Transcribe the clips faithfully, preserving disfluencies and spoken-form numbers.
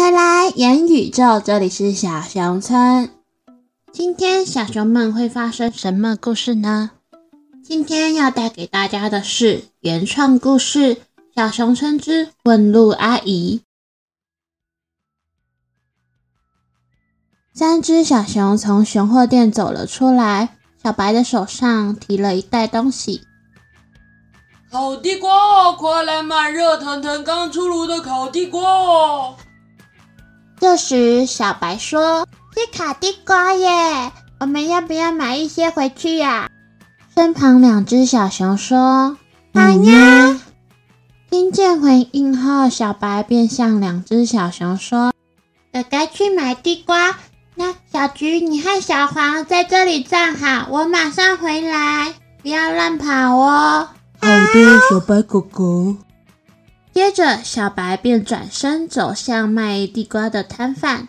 回来元宇宙，这里是小熊村。今天小熊们会发生什么故事呢？今天要带给大家的是原创故事《小熊村之问路阿姨》。三只小熊从熊货店走了出来，小白的手上提了一袋东西。 烤地瓜，快来买热腾腾刚出炉的烤地瓜！ 这时小白说：是烤地瓜耶，我们要不要买一些回去呀？身旁两只小熊说：好呀。听见回应后，小白便向两只小熊说：哥哥去买地瓜，那小橘你和小黄在这里站好，我马上回来，不要乱跑哦。 好的，小白哥哥。 接着小白便转身走向卖地瓜的摊贩。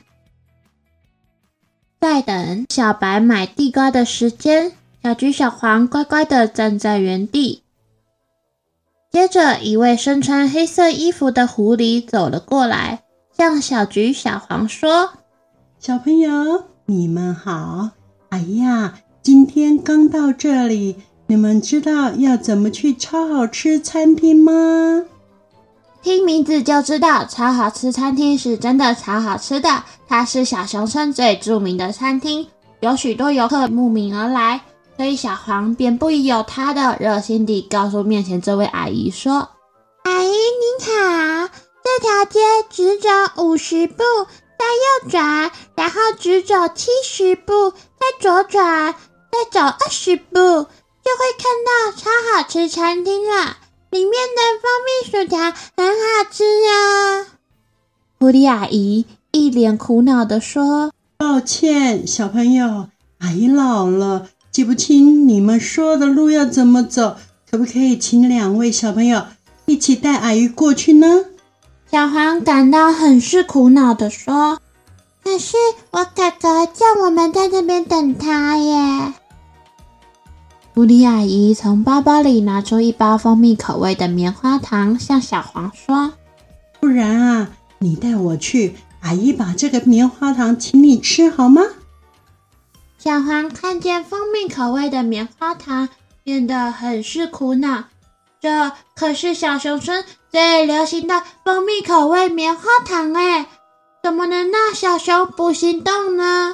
在等小白买地瓜的时间，小橘小黄乖乖地站在原地。接着一位身穿黑色衣服的狐狸走了过来，向小橘小黄说： 小朋友你们好，哎呀，今天刚到这里，你们知道要怎么去超好吃餐厅吗？ 听名字就知道超好吃餐厅是真的超好吃的，它是小熊村最著名的餐厅，有许多游客慕名而来，所以小黄便不疑有他的，热心地告诉面前这位阿姨说：阿姨您好，这条街直走五十步，再右转，然后直走七十步，再左转，再走二十步，就会看到超好吃餐厅了，里面的蜂蜜薯条很好吃啊。狐狸阿姨一脸苦恼地说： 抱歉小朋友，阿姨老了，记不清你们说的路要怎么走，可不可以请两位小朋友一起带阿姨过去呢？ 小黄感到很是苦恼地说：可是我哥哥叫我们在这边等他耶。狐狸阿姨从包包里拿出一包蜂蜜口味的棉花糖，向小黄说： 不然啊，你带我去，阿姨把这个棉花糖请你吃好吗？ 小黄看见蜂蜜口味的棉花糖，变得很是苦恼，这可是小熊村最流行的蜂蜜口味棉花糖耶，怎么能让小熊不行动呢？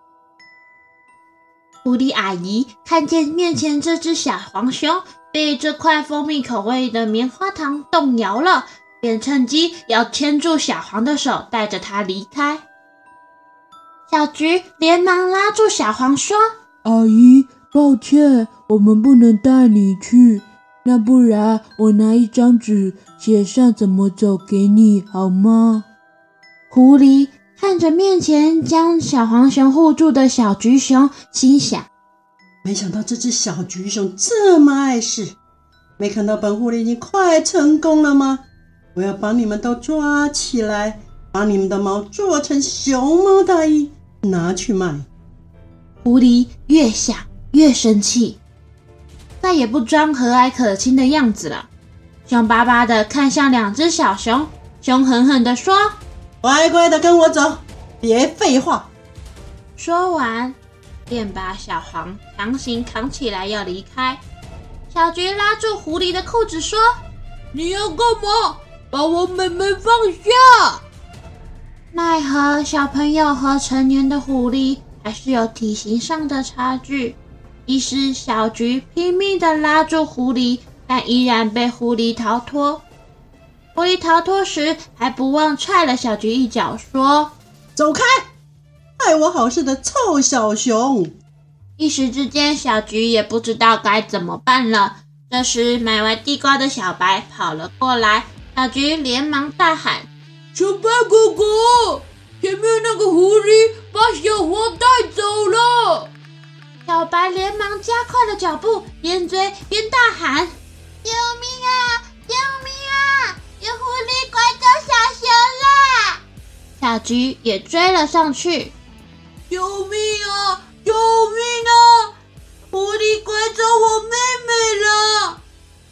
狐狸阿姨看见面前这只小黄熊被这块蜂蜜口味的棉花糖动摇了，便趁机要牵住小黄的手，带着它离开。小橘连忙拉住小黄说： 阿姨，抱歉，我们不能带你去，那不然我拿一张纸写上怎么走给你好吗？ 狐狸看着面前将小黄熊护住的小橘熊，心想： 没想到这只小橘熊这么碍事，没看到本狐狸已经快成功了吗？我要把你们都抓起来，把你们的毛做成熊猫大衣拿去卖。 狐狸越想越生气，再也不装和蔼可亲的样子了，凶巴巴地看向两只小熊，凶狠狠地说： 乖乖的跟我走，别废话。 说完便把小黄强行扛起来要离开。小橘拉住狐狸的裤子说： 你要干嘛？把我妹妹放下！ 奈何小朋友和成年的狐狸还是有体型上的差距，即使小橘拼命地拉住狐狸，但依然被狐狸逃脱。狐狸逃脱时还不忘踹了小橘一脚，说： 走开，害我好事的臭小熊！ 一时之间小橘也不知道该怎么办了。这时买完地瓜的小白跑了过来，小橘连忙大喊： 小白哥哥，前面那个狐狸把小黄带走了！ 小白连忙加快了脚步，边追边大喊：救命啊！救命啊！有狐狸拐走小熊了！小橘也追了上去： 救命啊！救命啊！狐狸拐走我妹妹了！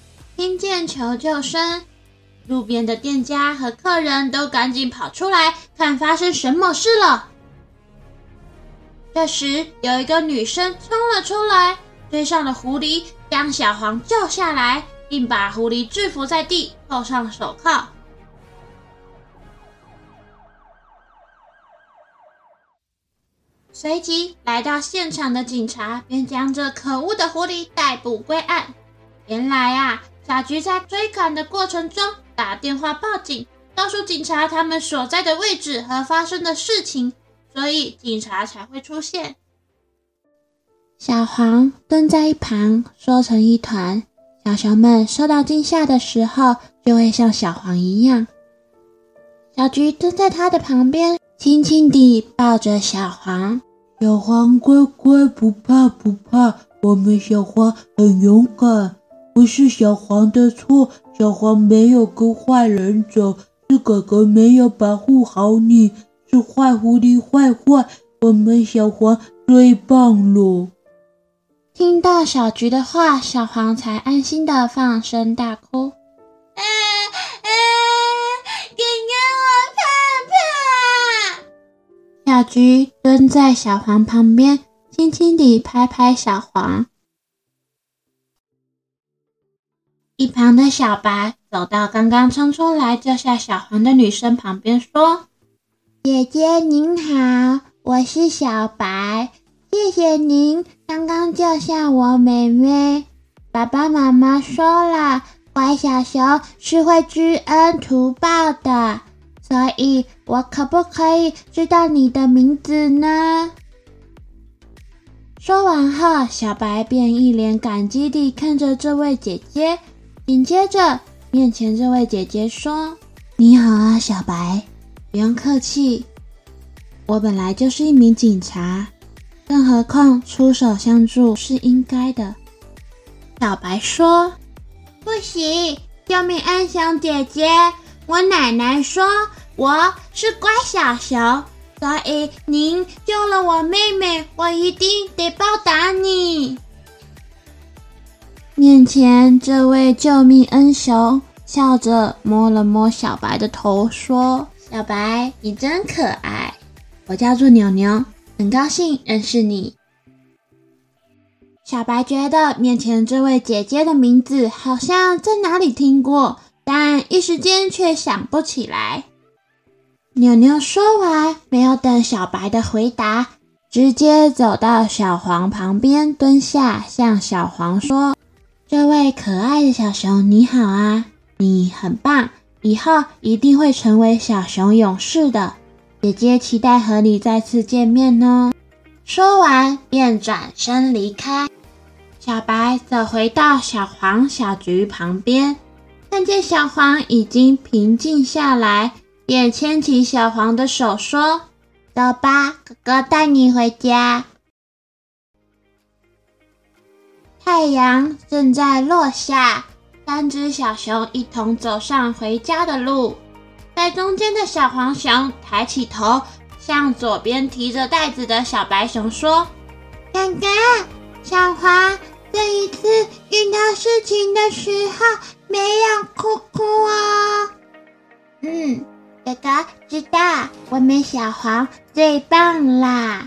听见求救声，路边的店家和客人都赶紧跑出来， 看发生什么事了。这时，有一个女生冲了出来，追上了狐狸，将小黄救下来，并把狐狸制服在地，扣上手铐。随即来到现场的警察便将这可恶的狐狸逮捕归案。原来啊，小菊在追赶的过程中打电话报警，告诉警察他们所在的位置和发生的事情，所以警察才会出现。小黄蹲在一旁缩成一团，小熊们受到惊吓的时候就会像小黄一样。小菊蹲在他的旁边，轻轻地抱着小黄。 小黄乖乖，不怕不怕，我们小黄很勇敢，不是小黄的错，小黄没有跟坏人走，是哥哥没有保护好你，是坏狐狸坏坏，我们小黄最棒了。 听到小菊的话，小黄才安心的放声大哭。啊啊！给我怕怕！小菊蹲在小黄旁边，轻轻地拍拍小黄。一旁的小白走到刚刚冲出来救下小黄的女生旁边说：姐姐您好，我是小白，谢谢您刚刚救下我妹妹。爸爸妈妈说了，乖小熊是会知恩图报的，所以我可不可以知道你的名字呢？说完后，小白便一脸感激地看着这位姐姐，紧接着面前这位姐姐说：你好啊，小白，不用客气，我本来就是一名警察，更何况出手相助是应该的。小白说：不行，救命恩熊姐姐，我奶奶说我是乖小熊，所以您救了我妹妹，我一定得报答你。面前这位救命恩熊笑着摸了摸小白的头，说：小白，你真可爱，我叫做牛牛，很高兴认识你。小白觉得面前这位姐姐的名字好像在哪里听过，但一时间却想不起来。牛牛说完，没有等小白的回答，直接走到小黄旁边蹲下，向小黄说：这位可爱的小熊你好啊，你很棒，以后一定会成为小熊勇士的，姐姐期待和你再次见面哦。说完便转身离开。小白走回到小黄小菊旁边，看见小黄已经平静下来，便牵起小黄的手说：走吧，哥哥带你回家。太阳正在落下，三只小熊一同走上回家的路。在中间的小黄熊抬起头，向左边提着袋子的小白熊说：哥哥，小黄这一次遇到事情的时候没有哭哭哦。嗯，哥哥知道，我们小黄最棒啦。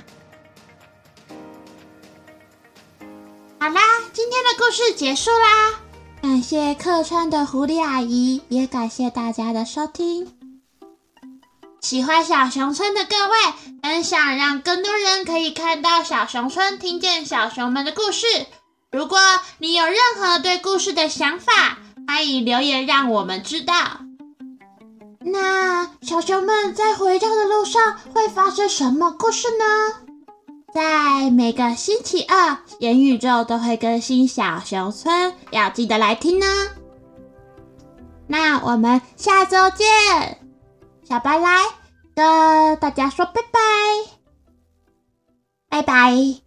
好啦，今天的故事结束啦，感谢客串的狐狸阿姨，也感谢大家的收听。喜欢小熊村的各位，很想让更多人可以看到小熊村，听见小熊们的故事。如果你有任何对故事的想法，欢迎留言让我们知道。那小熊们在回家的路上会发生什么故事呢？在每个星期二，元宇宙都会更新小熊村，要记得来听呢。那我们下周见，小白来跟大家说拜拜，拜拜。